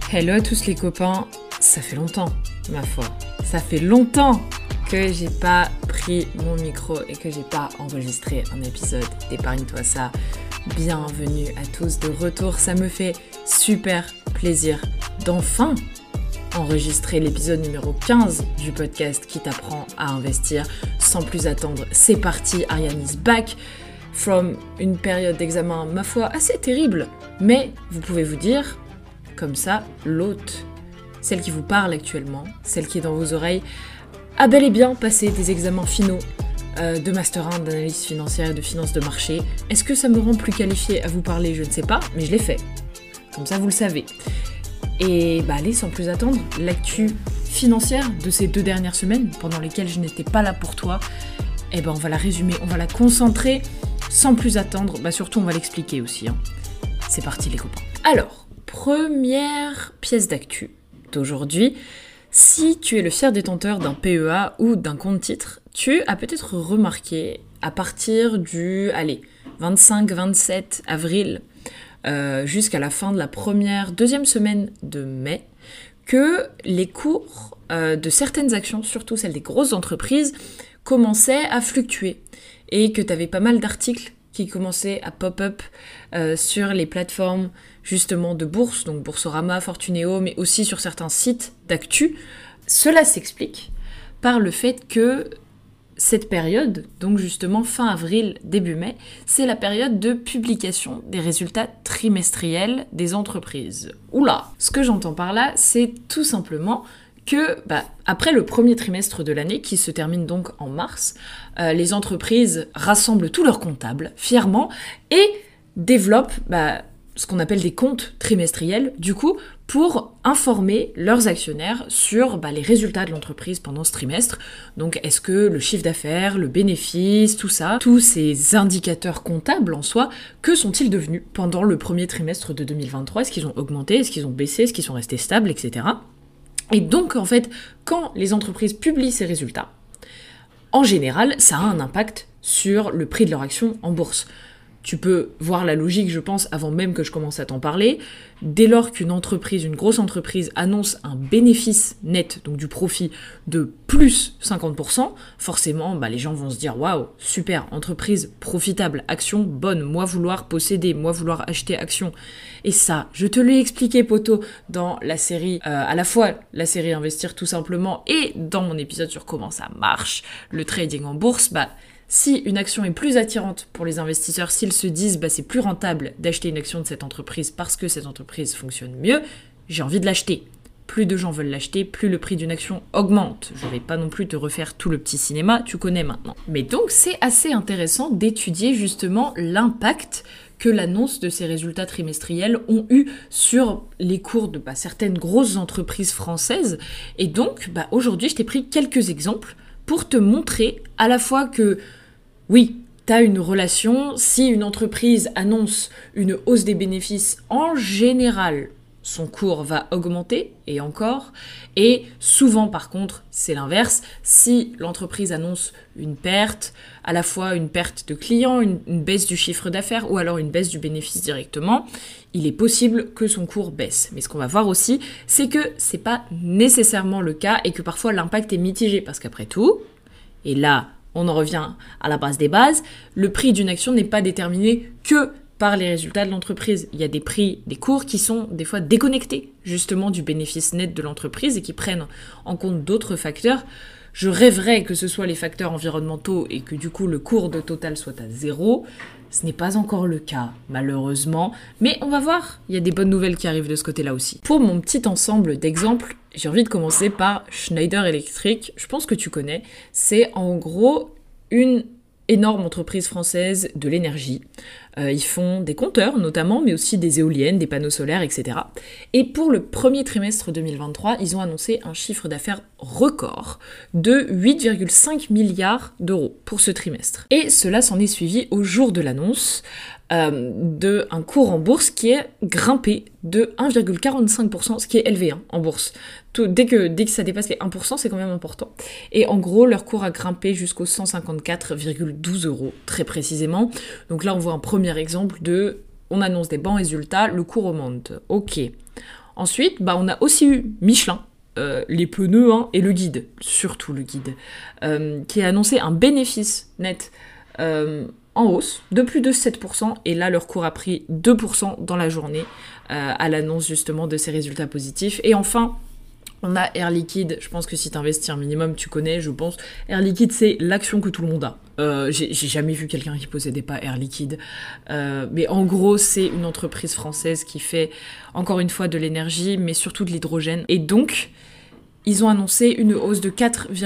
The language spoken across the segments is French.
Hello à tous les copains, ça fait longtemps, ma foi. Ça fait longtemps que j'ai pas pris mon micro et que j'ai pas enregistré un épisode d'Épargne-toi ça. Bienvenue à tous de retour, ça me fait super plaisir d'enfin enregistrer l'épisode numéro 15 du podcast qui t'apprend à investir sans plus attendre. C'est parti, Ariane is back from une période d'examen, ma foi, assez terrible. Mais vous pouvez vous dire, comme ça, l'hôte, celle qui vous parle actuellement, celle qui est dans vos oreilles, a bel et bien passé des examens finaux de Master 1 d'analyse financière et de finance de marché. Est-ce que ça me rend plus qualifiée à vous parler? Je ne sais pas, mais je l'ai fait. Comme ça, vous le savez. Et allez, sans plus attendre, l'actu financière de ces 2 dernières semaines, pendant lesquelles je n'étais pas là pour toi, on va la résumer, on va la concentrer, sans plus attendre. Surtout, on va l'expliquer aussi. C'est parti, les copains. Alors, première pièce d'actu d'aujourd'hui. Si tu es le fier détenteur d'un PEA ou d'un compte titre, tu as peut-être remarqué à partir du 25-27 avril jusqu'à la fin de la deuxième semaine de mai que les cours de certaines actions, surtout celles des grosses entreprises, commençaient à fluctuer et que tu avais pas mal d'articles qui commençaient à pop-up sur les plateformes justement de bourse, donc Boursorama, Fortunéo, mais aussi sur certains sites d'actu. Cela s'explique par le fait que cette période, donc justement fin avril, début mai, c'est la période de publication des résultats trimestriels des entreprises. Oula! Ce que j'entends par là, c'est tout simplement que, après le premier trimestre de l'année, qui se termine donc en mars, les entreprises rassemblent tous leurs comptables, fièrement, et développent ce qu'on appelle des comptes trimestriels, du coup, pour informer leurs actionnaires sur les résultats de l'entreprise pendant ce trimestre. Donc, est-ce que le chiffre d'affaires, le bénéfice, tout ça, tous ces indicateurs comptables en soi, que sont-ils devenus pendant le premier trimestre de 2023? Est-ce qu'ils ont augmenté? Est-ce qu'ils ont baissé? Est-ce qu'ils sont restés stables? Etc. Et donc, en fait, quand les entreprises publient ces résultats, en général, ça a un impact sur le prix de leur action en bourse. Tu peux voir la logique, je pense, avant même que je commence à t'en parler. Dès lors qu'une entreprise, une grosse entreprise, annonce un bénéfice net, donc du profit, de plus 50%, forcément, les gens vont se dire « Waouh, super, entreprise profitable, action bonne, moi vouloir posséder, moi vouloir acheter action ». Et ça, je te l'ai expliqué, poto, dans la série, à la fois la série Investir tout simplement, et dans mon épisode sur comment ça marche, le trading en bourse, si une action est plus attirante pour les investisseurs, s'ils se disent c'est plus rentable d'acheter une action de cette entreprise parce que cette entreprise fonctionne mieux, j'ai envie de l'acheter. Plus de gens veulent l'acheter, plus le prix d'une action augmente. Je vais pas non plus te refaire tout le petit cinéma, tu connais maintenant. Mais donc c'est assez intéressant d'étudier justement l'impact que l'annonce de ces résultats trimestriels ont eu sur les cours de certaines grosses entreprises françaises. Et donc aujourd'hui je t'ai pris quelques exemples pour te montrer à la fois que, oui, tu as une relation, si une entreprise annonce une hausse des bénéfices, en général, son cours va augmenter, et encore, et souvent par contre, c'est l'inverse, si l'entreprise annonce une perte, à la fois une perte de clients, une baisse du chiffre d'affaires, ou alors une baisse du bénéfice directement, il est possible que son cours baisse. Mais ce qu'on va voir aussi, c'est que c'est pas nécessairement le cas, et que parfois l'impact est mitigé, parce qu'après tout, et là, on en revient à la base des bases, le prix d'une action n'est pas déterminé que par les résultats de l'entreprise. Il y a des prix, des cours qui sont des fois déconnectés justement du bénéfice net de l'entreprise et qui prennent en compte d'autres facteurs. Je rêverais que ce soit les facteurs environnementaux et que du coup le cours de Total soit à 0. Ce n'est pas encore le cas, malheureusement. Mais on va voir, il y a des bonnes nouvelles qui arrivent de ce côté-là aussi. Pour mon petit ensemble d'exemples, j'ai envie de commencer par Schneider Electric. Je pense que tu connais. C'est en gros une énorme entreprise française de l'énergie. Ils font des compteurs notamment, mais aussi des éoliennes, des panneaux solaires, etc. Et pour le premier trimestre 2023, ils ont annoncé un chiffre d'affaires record de 8,5 milliards d'euros pour ce trimestre. Et cela s'en est suivi au jour de l'annonce d'un cours en bourse qui est grimpé de 1,45%, ce qui est élevé en bourse. Dès que ça dépasse les 1%, c'est quand même important. Et en gros, leur cours a grimpé jusqu'aux 154,12 euros, très précisément. Donc là, on voit un premier exemple de, on annonce des bons résultats, le cours augmente. Ok. Ensuite, on a aussi eu Michelin, les pneus et le guide, surtout le guide, qui a annoncé un bénéfice net en hausse de plus de 7%, et là leur cours a pris 2% dans la journée à l'annonce justement de ces résultats positifs. Et enfin, on a Air Liquide. Je pense que si tu investis un minimum, tu connais, je pense. Air Liquide, c'est l'action que tout le monde a. J'ai jamais vu quelqu'un qui possédait pas Air Liquide. Mais en gros, c'est une entreprise française qui fait, encore une fois, de l'énergie, mais surtout de l'hydrogène. Et donc, ils ont annoncé une hausse de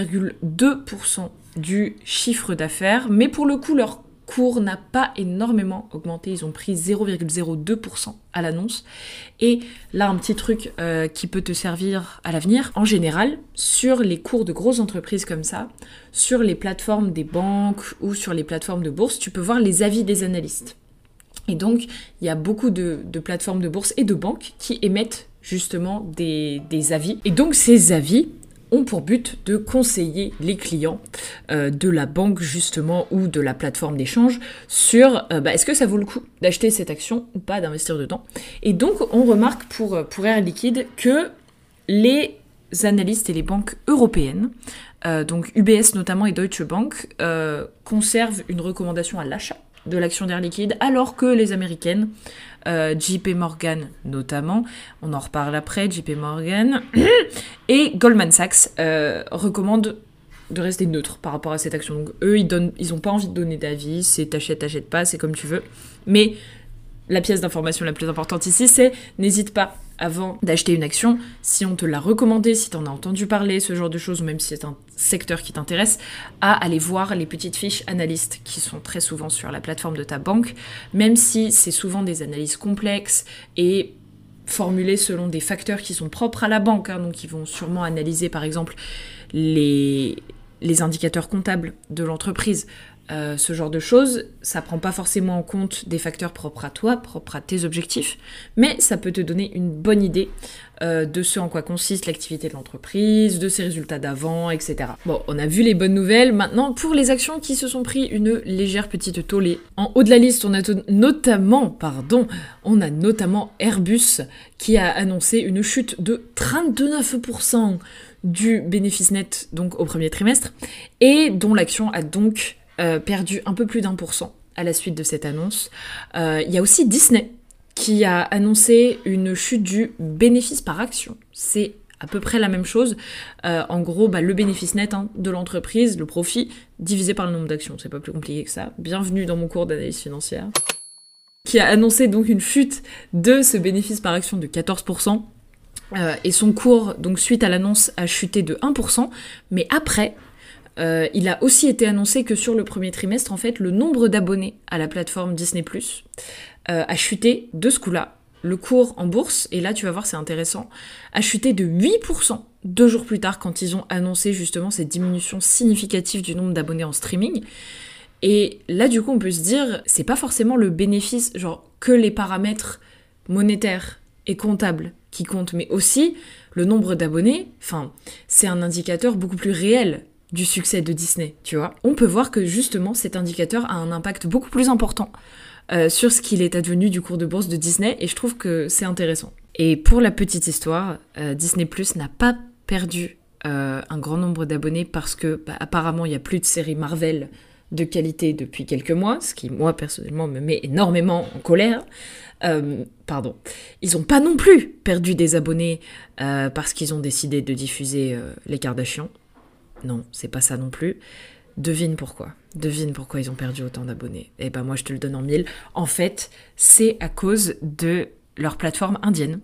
4,2% du chiffre d'affaires. Mais pour le coup, leur cours n'a pas énormément augmenté, ils ont pris 0,02% à l'annonce. Et là, un petit truc qui peut te servir à l'avenir, en général, sur les cours de grosses entreprises comme ça, sur les plateformes des banques ou sur les plateformes de bourse, tu peux voir les avis des analystes. Et donc, il y a beaucoup de plateformes de bourse et de banques qui émettent justement des avis. Et donc, ces avis ont pour but de conseiller les clients de la banque justement ou de la plateforme d'échange sur est-ce que ça vaut le coup d'acheter cette action ou pas, d'investir dedans. Et donc on remarque pour Air Liquide que les analystes et les banques européennes, donc UBS notamment et Deutsche Bank, conservent une recommandation à l'achat de l'action d'Air Liquide, alors que les américaines, JP Morgan notamment, on en reparle après, JP Morgan, et Goldman Sachs recommandent de rester neutre par rapport à cette action. Donc eux, ils ont pas envie de donner d'avis, c'est t'achètes pas, c'est comme tu veux. Mais la pièce d'information la plus importante ici, c'est n'hésite pas, avant d'acheter une action, si on te l'a recommandé, si t'en as entendu parler, ce genre de choses, ou même si c'est un secteur qui t'intéresse, à aller voir les petites fiches analystes qui sont très souvent sur la plateforme de ta banque, même si c'est souvent des analyses complexes et formulées selon des facteurs qui sont propres à la banque, donc ils vont sûrement analyser par exemple les indicateurs comptables de l'entreprise, ce genre de choses. Ça prend pas forcément en compte des facteurs propres à toi, propres à tes objectifs, mais ça peut te donner une bonne idée de ce en quoi consiste l'activité de l'entreprise, de ses résultats d'avant, etc. Bon, on a vu les bonnes nouvelles. Maintenant, pour les actions qui se sont pris une légère petite tollée. En haut de la liste, on a notamment Airbus qui a annoncé une chute de 39% du bénéfice net donc au premier trimestre, et dont l'action a donc perdu un peu plus d'1% à la suite de cette annonce. Il y a aussi Disney qui a annoncé une chute du bénéfice par action. C'est à peu près la même chose. En gros, le bénéfice net de l'entreprise, le profit, divisé par le nombre d'actions. C'est pas plus compliqué que ça. Bienvenue dans mon cours d'analyse financière. Qui a annoncé donc une chute de ce bénéfice par action de 14%. Et son cours, donc suite à l'annonce, a chuté de 1%. Mais après, il a aussi été annoncé que sur le premier trimestre, en fait, le nombre d'abonnés à la plateforme Disney+, a chuté de ce coup-là. Le cours en bourse, et là tu vas voir c'est intéressant, a chuté de 8% 2 jours plus tard quand ils ont annoncé justement cette diminution significative du nombre d'abonnés en streaming. Et là du coup on peut se dire, c'est pas forcément le bénéfice, genre que les paramètres monétaires et comptables qui comptent, mais aussi le nombre d'abonnés, c'est un indicateur beaucoup plus réel du succès de Disney, tu vois. On peut voir que justement cet indicateur a un impact beaucoup plus important sur ce qu'il est advenu du cours de bourse de Disney, et je trouve que c'est intéressant. Et pour la petite histoire, Disney Plus n'a pas perdu un grand nombre d'abonnés parce que apparemment il n'y a plus de séries Marvel de qualité depuis quelques mois, ce qui moi personnellement me met énormément en colère. Ils n'ont pas non plus perdu des abonnés parce qu'ils ont décidé de diffuser les Kardashians. Non, c'est pas ça non plus. Devine pourquoi ils ont perdu autant d'abonnés. Eh ben moi je te le donne en mille. En fait, c'est à cause de leur plateforme indienne.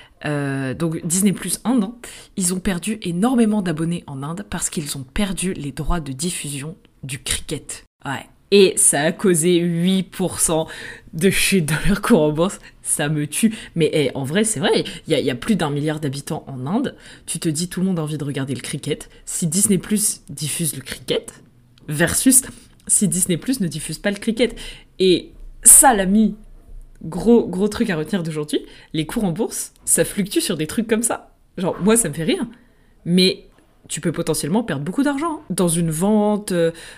Donc Disney Plus Inde, ils ont perdu énormément d'abonnés en Inde parce qu'ils ont perdu les droits de diffusion du cricket. Ouais. Et ça a causé 8% de chute dans leur cours en bourse. Ça me tue. Mais en vrai, c'est vrai. Il y a plus d'1 milliard d'habitants en Inde. Tu te dis, tout le monde a envie de regarder le cricket. Si Disney Plus diffuse le cricket, versus si Disney Plus ne diffuse pas le cricket. Et ça, l'ami, gros truc à retenir d'aujourd'hui, les cours en bourse, ça fluctue sur des trucs comme ça. Genre, moi, ça me fait rire. Mais tu peux potentiellement perdre beaucoup d'argent dans une vente,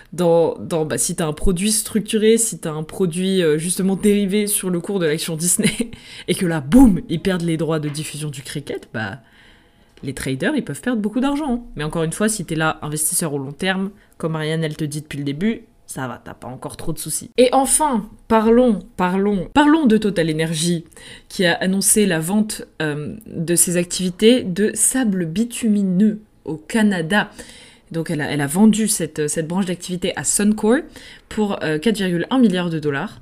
si t'as un produit structuré, si t'as un produit justement dérivé sur le cours de l'action Disney, et que là, boum, ils perdent les droits de diffusion du cricket, les traders, ils peuvent perdre beaucoup d'argent. Mais encore une fois, si t'es là, investisseur au long terme, comme Ariane, elle te dit depuis le début, ça va, t'as pas encore trop de soucis. Et enfin, parlons de Total Energy, qui a annoncé la vente de ses activités de sable bitumineux au Canada. Donc elle a vendu cette branche d'activité à Suncor pour 4,1 milliards de dollars.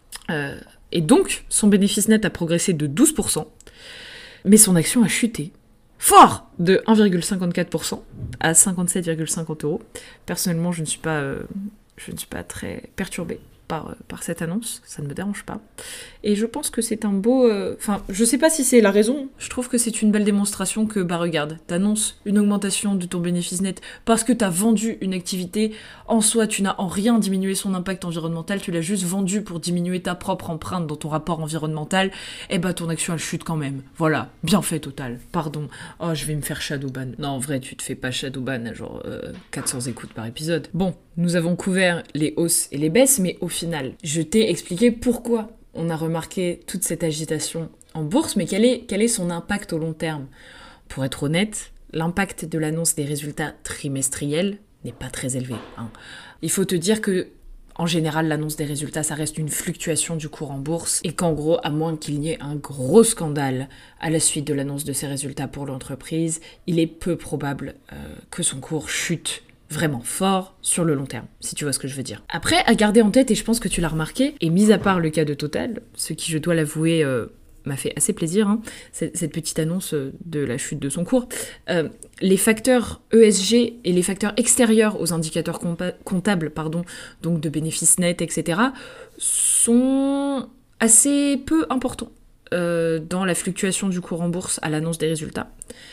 Et donc, son bénéfice net a progressé de 12%, mais son action a chuté fort de 1,54% à 57,50 €. Personnellement, je ne suis pas très perturbée par cette annonce, ça ne me dérange pas. Et je pense que c'est un beau... je sais pas si c'est la raison, je trouve que c'est une belle démonstration que, regarde, t'annonces une augmentation de ton bénéfice net parce que t'as vendu une activité, en soi, tu n'as en rien diminué son impact environnemental, tu l'as juste vendu pour diminuer ta propre empreinte dans ton rapport environnemental, et ton action, elle chute quand même. Voilà, bien fait, Total. Pardon. Oh, je vais me faire shadowban. Non, en vrai, tu te fais pas shadowban à 400 écoutes par épisode. Bon, nous avons couvert les hausses et les baisses, mais au final, je t'ai expliqué pourquoi on a remarqué toute cette agitation en bourse, mais quel est son impact au long terme ? Pour être honnête, l'impact de l'annonce des résultats trimestriels n'est pas très élevé. Il faut te dire que, en général, l'annonce des résultats, ça reste une fluctuation du cours en bourse, et qu'en gros, à moins qu'il y ait un gros scandale à la suite de l'annonce de ces résultats pour l'entreprise, il est peu probable que son cours chute vraiment fort sur le long terme, si tu vois ce que je veux dire. Après, à garder en tête, et je pense que tu l'as remarqué, et mis à part le cas de Total, ce qui, je dois l'avouer, m'a fait assez plaisir, cette petite annonce de la chute de son cours, les facteurs ESG et les facteurs extérieurs aux indicateurs comptables, donc de bénéfices nets, etc., sont assez peu importants dans la fluctuation du cours en bourse à l'annonce des résultats.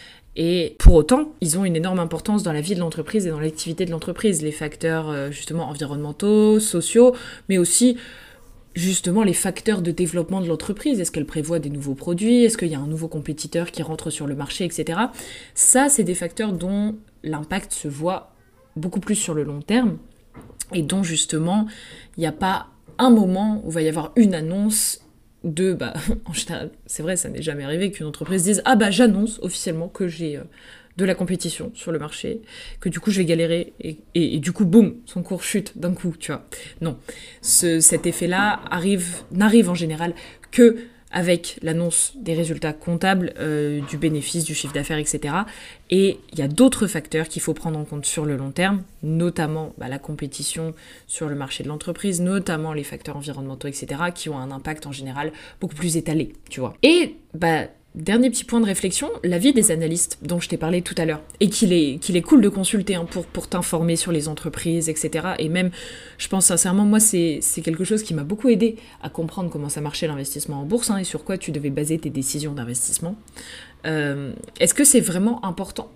Et pour autant, ils ont une énorme importance dans la vie de l'entreprise et dans l'activité de l'entreprise. Les facteurs justement environnementaux, sociaux, mais aussi justement les facteurs de développement de l'entreprise. Est-ce qu'elle prévoit des nouveaux produits ? Est-ce qu'il y a un nouveau compétiteur qui rentre sur le marché, etc. Ça, c'est des facteurs dont l'impact se voit beaucoup plus sur le long terme et dont justement, il n'y a pas un moment où il va y avoir une annonce en général, c'est vrai, ça n'est jamais arrivé qu'une entreprise dise « Ah j'annonce officiellement que j'ai de la compétition sur le marché, que du coup je vais galérer, et du coup, boum, son cours chute d'un coup, tu vois. » Non, cet effet-là n'arrive en général que avec l'annonce des résultats comptables, du bénéfice, du chiffre d'affaires, etc. Et il y a d'autres facteurs qu'il faut prendre en compte sur le long terme, notamment la compétition sur le marché de l'entreprise, notamment les facteurs environnementaux, etc., qui ont un impact en général beaucoup plus étalé, tu vois. Et dernier petit point de réflexion, l'avis des analystes dont je t'ai parlé tout à l'heure, et qu'il est cool de consulter pour t'informer sur les entreprises, etc. Et même, je pense sincèrement, moi, c'est quelque chose qui m'a beaucoup aidé à comprendre comment ça marchait l'investissement en bourse, et sur quoi tu devais baser tes décisions d'investissement. Est-ce que c'est vraiment important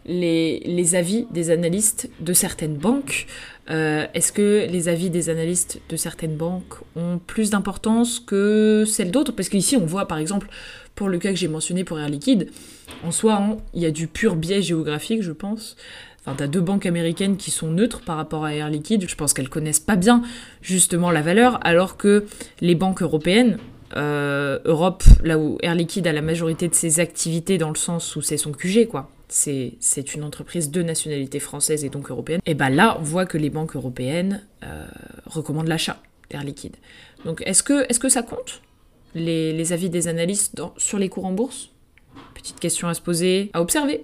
les avis des analystes de certaines banques? Est-ce que les avis des analystes de certaines banques ont plus d'importance que celles d'autres? Parce qu'ici, on voit, par exemple, pour le cas que j'ai mentionné pour Air Liquide, en soi, il y a du pur biais géographique, je pense. T'as 2 banques américaines qui sont neutres par rapport à Air Liquide. Je pense qu'elles connaissent pas bien, justement, la valeur, alors que les banques européennes, Europe, là où Air Liquide a la majorité de ses activités dans le sens où c'est son QG, quoi. C'est une entreprise de nationalité française et donc européenne. Et là, on voit que les banques européennes recommandent l'achat d'Air Liquide. Donc, est-ce que ça compte, les avis des analystes sur les cours en bourse? Petite question à se poser, à observer.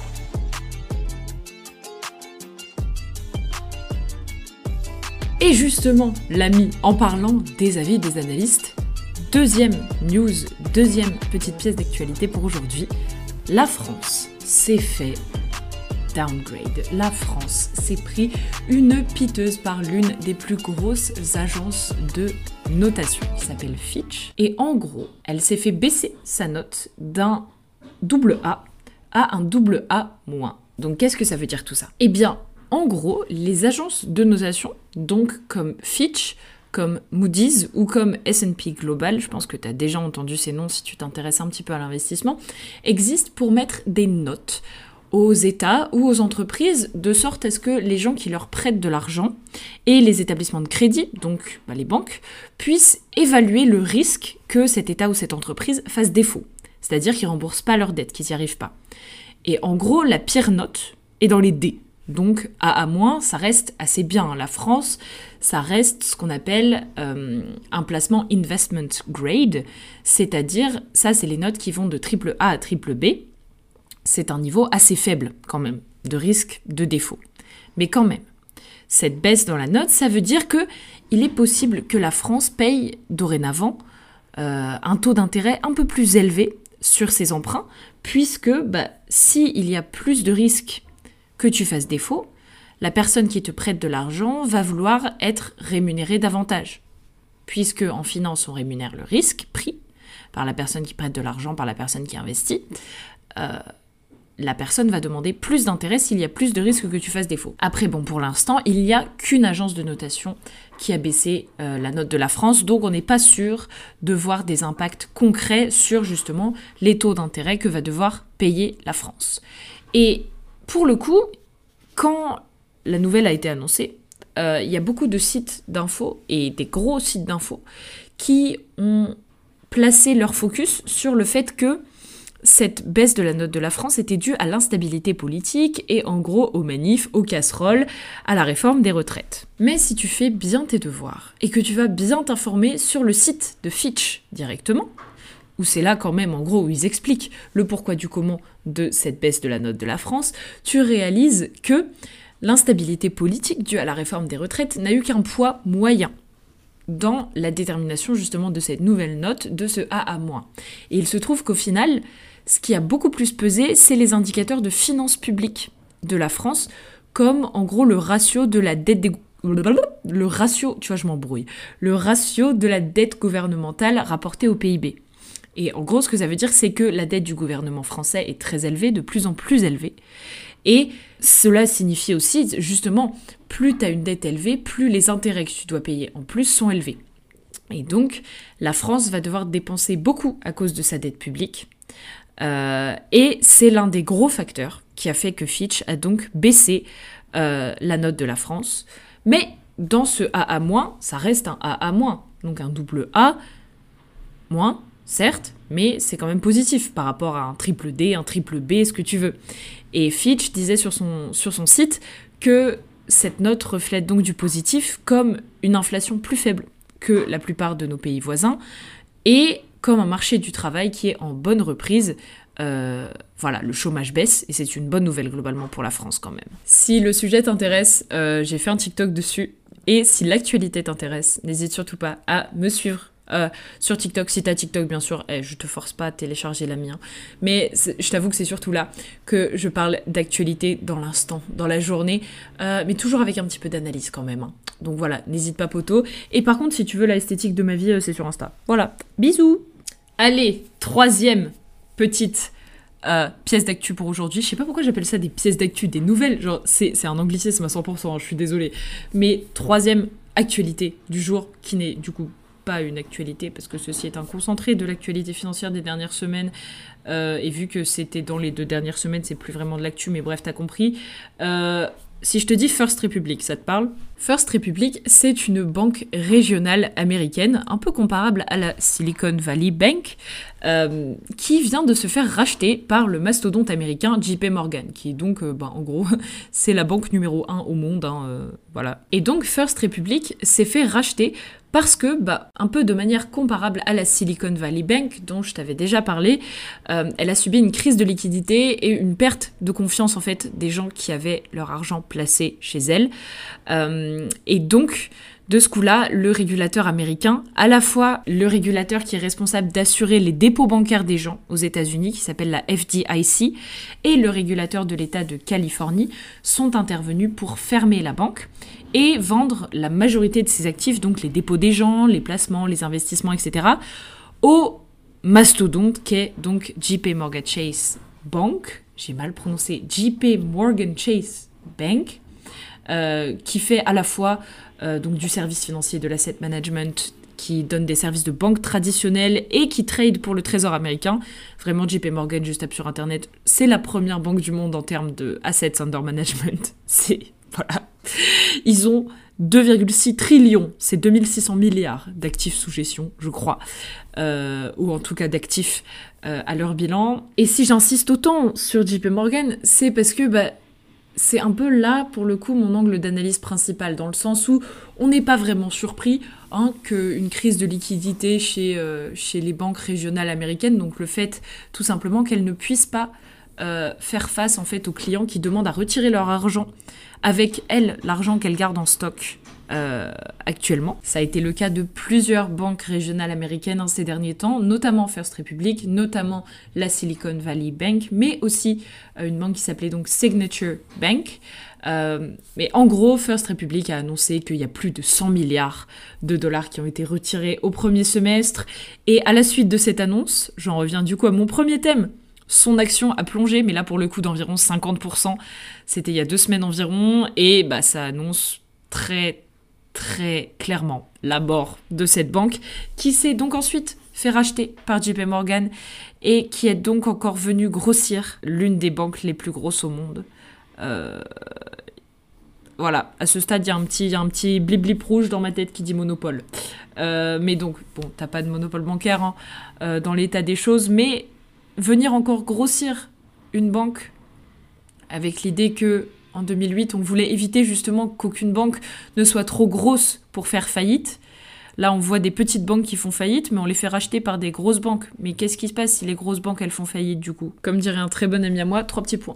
Et justement, l'ami, en parlant des avis des analystes, deuxième news, deuxième petite pièce d'actualité pour aujourd'hui, la France s'est fait downgrade. La France s'est pris une piteuse par l'une des plus grosses agences de notation qui s'appelle Fitch. Et en gros, elle s'est fait baisser sa note d'un AA à un AA-. Donc qu'est-ce que ça veut dire tout ça ? Eh bien, en gros, les agences de notation, donc comme Fitch, comme Moody's ou comme S&P Global, je pense que tu as déjà entendu ces noms si tu t'intéresses un petit peu à l'investissement, existent pour mettre des notes aux États ou aux entreprises, de sorte à ce que les gens qui leur prêtent de l'argent et les établissements de crédit, donc les banques, puissent évaluer le risque que cet État ou cette entreprise fasse défaut. C'est-à-dire qu'ils ne remboursent pas leurs dettes, qu'ils n'y arrivent pas. Et en gros, la pire note est dans les D. Donc AA-, ça reste assez bien. La France, ça reste ce qu'on appelle un placement investment grade, c'est-à-dire, ça c'est les notes qui vont de triple A à triple B. C'est un niveau assez faible quand même, de risque de défaut. Mais quand même, cette baisse dans la note, ça veut dire qu'il est possible que la France paye dorénavant un taux d'intérêt un peu plus élevé sur ses emprunts, puisque s'il y a plus de risques que tu fasses défaut, la personne qui te prête de l'argent va vouloir être rémunérée davantage. Puisque en finance, on rémunère le risque pris par la personne qui prête de l'argent, par la personne qui investit, la personne va demander plus d'intérêt s'il y a plus de risques que tu fasses défaut. Après, pour l'instant, il n'y a qu'une agence de notation qui a baissé la note de la France, donc on n'est pas sûr de voir des impacts concrets sur justement les taux d'intérêt que va devoir payer la France. Et pour le coup, quand la nouvelle a été annoncée, il y a beaucoup de sites d'infos et des gros sites d'infos qui ont placé leur focus sur le fait que cette baisse de la note de la France était due à l'instabilité politique et en gros aux manifs, aux casseroles, à la réforme des retraites. Mais si tu fais bien tes devoirs et que tu vas bien t'informer sur le site de Fitch directement, où c'est là quand même en gros où ils expliquent le pourquoi du comment de cette baisse de la note de la France, tu réalises que l'instabilité politique due à la réforme des retraites n'a eu qu'un poids moyen dans la détermination justement de cette nouvelle note, de ce AA-. Et il se trouve qu'au final, ce qui a beaucoup plus pesé, c'est les indicateurs de finances publiques de la France, comme en gros le ratio de la dette le ratio de la dette gouvernementale rapportée au PIB. Et en gros, ce que ça veut dire, c'est que la dette du gouvernement français est très élevée, de plus en plus élevée. Et cela signifie aussi, justement, plus tu as une dette élevée, plus les intérêts que tu dois payer en plus sont élevés. Et donc, la France va devoir dépenser beaucoup à cause de sa dette publique. Et c'est l'un des gros facteurs qui a fait que Fitch a donc baissé la note de la France. Mais dans ce AA-, ça reste un AA-, donc un double A-, certes, mais c'est quand même positif par rapport à un triple D, un triple B, ce que tu veux. Et Fitch disait sur son site que cette note reflète donc du positif comme une inflation plus faible que la plupart de nos pays voisins et comme un marché du travail qui est en bonne reprise. Le chômage baisse et c'est une bonne nouvelle globalement pour la France quand même. Si le sujet t'intéresse, j'ai fait un TikTok dessus et si l'actualité t'intéresse, n'hésite surtout pas à me suivre sur TikTok, si t'as TikTok bien sûr, je te force pas à télécharger la mienne, mais je t'avoue que c'est surtout là que je parle d'actualité dans l'instant, dans la journée, mais toujours avec un petit peu d'analyse quand même, hein. Donc voilà, n'hésite pas poto, et par contre si tu veux la esthétique de ma vie, c'est sur Insta. Voilà, bisous. Allez, troisième petite pièce d'actu pour aujourd'hui. Je sais pas pourquoi j'appelle ça des pièces d'actu, des nouvelles, genre c'est un anglicisme à 100%, hein, je suis désolée, mais troisième actualité du jour qui n'est du coup pas une actualité, parce que ceci est un concentré de l'actualité financière des dernières semaines, et vu que c'était dans les 2 dernières semaines, c'est plus vraiment de l'actu, mais bref, t'as compris. Si je te dis First Republic, ça te parle ? First Republic, c'est une banque régionale américaine, un peu comparable à la Silicon Valley Bank, qui vient de se faire racheter par le mastodonte américain JP Morgan, qui est donc, en gros, c'est la banque numéro 1 au monde, voilà. Et donc First Republic s'est fait racheter parce que, un peu de manière comparable à la Silicon Valley Bank, dont je t'avais déjà parlé, elle a subi une crise de liquidité et une perte de confiance, en fait, des gens qui avaient leur argent placé chez elle. Et donc, de ce coup-là, le régulateur américain, à la fois le régulateur qui est responsable d'assurer les dépôts bancaires des gens aux États-Unis, qui s'appelle la FDIC, et le régulateur de l'État de Californie, sont intervenus pour fermer la banque et vendre la majorité de ses actifs, donc les dépôts des gens, les placements, les investissements, etc., au mastodonte qu'est donc JP Morgan Chase Bank, j'ai mal prononcé, JP Morgan Chase Bank, qui fait à la fois donc du service financier, de l'asset management qui donne des services de banque traditionnelle et qui trade pour le trésor américain. Vraiment, JP Morgan, juste tape sur Internet, c'est la première banque du monde en termes de assets under management. Voilà. Ils ont 2,6 trillions, c'est 2600 milliards d'actifs sous gestion, je crois, ou en tout cas d'actifs à leur bilan. Et si j'insiste autant sur JP Morgan, c'est parce que c'est un peu là, pour le coup, mon angle d'analyse principal, dans le sens où on n'est pas vraiment surpris qu'une crise de liquidité chez les banques régionales américaines, donc le fait tout simplement qu'elles ne puissent pas faire face en fait aux clients qui demandent à retirer leur argent avec l'argent qu'elles gardent en stock actuellement. Ça a été le cas de plusieurs banques régionales américaines ces derniers temps, notamment First Republic, notamment la Silicon Valley Bank, mais aussi une banque qui s'appelait donc Signature Bank. Mais en gros, First Republic a annoncé qu'il y a plus de 100 milliards de dollars qui ont été retirés au premier semestre. Et à la suite de cette annonce, j'en reviens du coup à mon premier thème, son action a plongé, mais là pour le coup d'environ 50%. C'était il y a 2 semaines environ, et ça annonce très très clairement la mort de cette banque, qui s'est donc ensuite fait racheter par JP Morgan et qui est donc encore venue grossir l'une des banques les plus grosses au monde. Voilà, à ce stade, il y a un petit blip-blip rouge dans ma tête qui dit monopole. Mais donc, bon, t'as pas de monopole bancaire dans l'état des choses, mais venir encore grossir une banque avec l'idée que en 2008, on voulait éviter justement qu'aucune banque ne soit trop grosse pour faire faillite. Là, on voit des petites banques qui font faillite, mais on les fait racheter par des grosses banques. Mais qu'est-ce qui se passe si les grosses banques, elles font faillite du coup ? Comme dirait un très bon ami à moi, 3 petits points.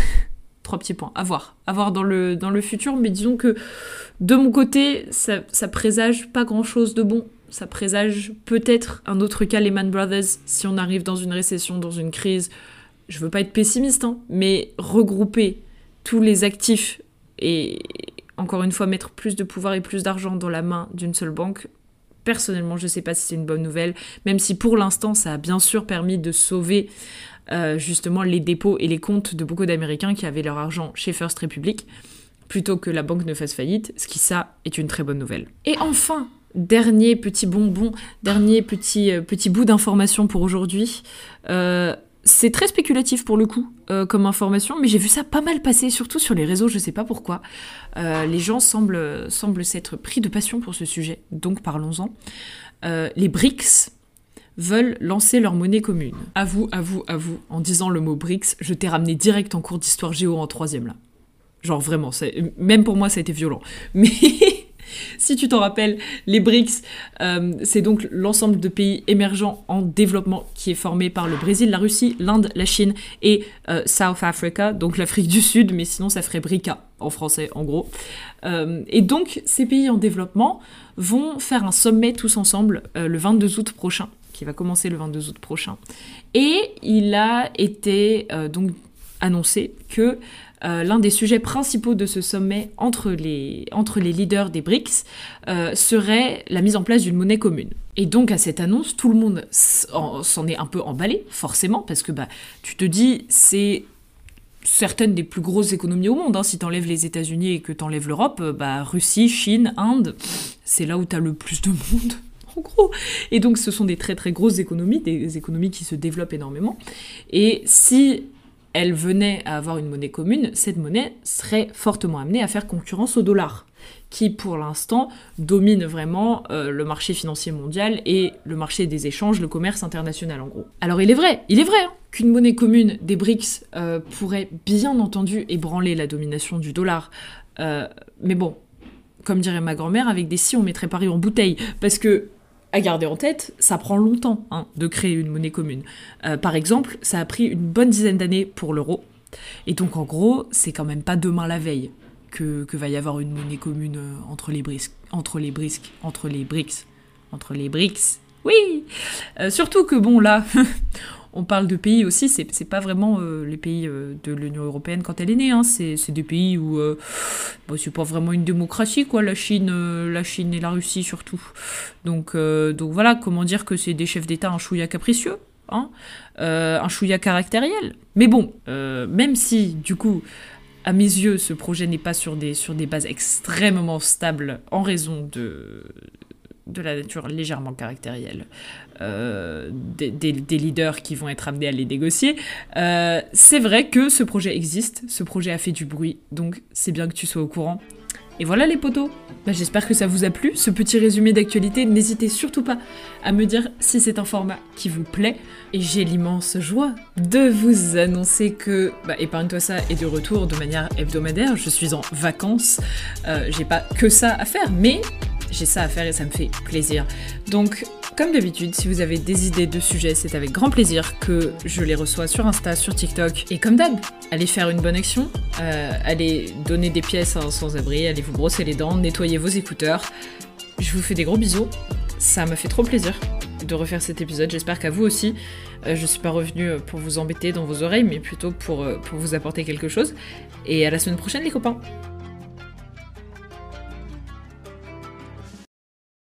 3 petits points. À voir dans le futur, mais disons que de mon côté, ça présage pas grand-chose de bon. Ça présage peut-être un autre cas, Lehman Brothers, si on arrive dans une récession, dans une crise. Je veux pas être pessimiste, mais regrouper tous les actifs et encore une fois mettre plus de pouvoir et plus d'argent dans la main d'une seule banque, personnellement je sais pas si c'est une bonne nouvelle, même si pour l'instant ça a bien sûr permis de sauver justement les dépôts et les comptes de beaucoup d'Américains qui avaient leur argent chez First Republic plutôt que la banque ne fasse faillite, ce qui ça est une très bonne nouvelle. Et enfin, dernier petit bonbon, dernier petit bout d'information pour aujourd'hui. C'est très spéculatif pour le coup comme information, mais j'ai vu ça pas mal passer, surtout sur les réseaux, je sais pas pourquoi. Les gens semblent s'être pris de passion pour ce sujet, donc parlons-en. Les BRICS veulent lancer leur monnaie commune. Avoue, en disant le mot BRICS, je t'ai ramené direct en cours d'histoire géo en 3e là. Genre vraiment, même pour moi ça a été violent. Mais si tu t'en rappelles, les BRICS, c'est donc l'ensemble de pays émergents en développement qui est formé par le Brésil, la Russie, l'Inde, la Chine et South Africa, donc l'Afrique du Sud, mais sinon ça ferait BRICA en français en gros. Et donc ces pays en développement vont faire un sommet tous ensemble le 22 août prochain, qui va commencer le 22 août prochain. Et il a été donc annoncé que l'un des sujets principaux de ce sommet entre les leaders des BRICS serait la mise en place d'une monnaie commune. Et donc à cette annonce, tout le monde s'en est un peu emballé, forcément, parce que tu te dis, c'est certaines des plus grosses économies au monde. Si t'enlèves les États-Unis et que t'enlèves l'Europe, Russie, Chine, Inde, c'est là où t'as le plus de monde. En gros. Et donc ce sont des très très grosses économies, des économies qui se développent énormément. Et si elle venait à avoir une monnaie commune, cette monnaie serait fortement amenée à faire concurrence au dollar, qui pour l'instant domine vraiment le marché financier mondial et le marché des échanges, le commerce international en gros. Alors il est vrai qu'une monnaie commune des BRICS pourrait bien entendu ébranler la domination du dollar. Mais bon, comme dirait ma grand-mère, avec des si on mettrait Paris en bouteille, parce que à garder en tête, ça prend longtemps de créer une monnaie commune. Par exemple, ça a pris une bonne dizaine d'années pour l'euro. Et donc, en gros, c'est quand même pas demain la veille que va y avoir une monnaie commune entre les BRICS. Oui. Surtout que, bon, là, on parle de pays aussi, c'est pas vraiment les pays de l'Union européenne quand elle est née, c'est des pays où c'est pas vraiment une démocratie, quoi, la Chine et la Russie surtout. Donc voilà, comment dire que c'est des chefs d'État un chouïa capricieux, un chouïa caractériel. Mais bon, même si, du coup, à mes yeux, ce projet n'est pas sur des bases extrêmement stables en raison de la nature légèrement caractérielle, des leaders qui vont être amenés à les négocier. C'est vrai que ce projet existe, ce projet a fait du bruit, donc c'est bien que tu sois au courant. Et voilà les potos, j'espère que ça vous a plu, ce petit résumé d'actualité. N'hésitez surtout pas à me dire si c'est un format qui vous plaît. Et j'ai l'immense joie de vous annoncer que Épargne-toi ça est de retour de manière hebdomadaire. Je suis en vacances, j'ai pas que ça à faire, mais j'ai ça à faire et ça me fait plaisir. Donc, comme d'habitude, si vous avez des idées de sujets, c'est avec grand plaisir que je les reçois sur Insta, sur TikTok. Et comme d'hab, allez faire une bonne action, allez donner des pièces à un sans-abri, allez vous brosser les dents, nettoyer vos écouteurs. Je vous fais des gros bisous, ça m'a fait trop plaisir de refaire cet épisode, j'espère qu'à vous aussi. Je suis pas revenue pour vous embêter dans vos oreilles, mais plutôt pour vous apporter quelque chose. Et à la semaine prochaine les copains.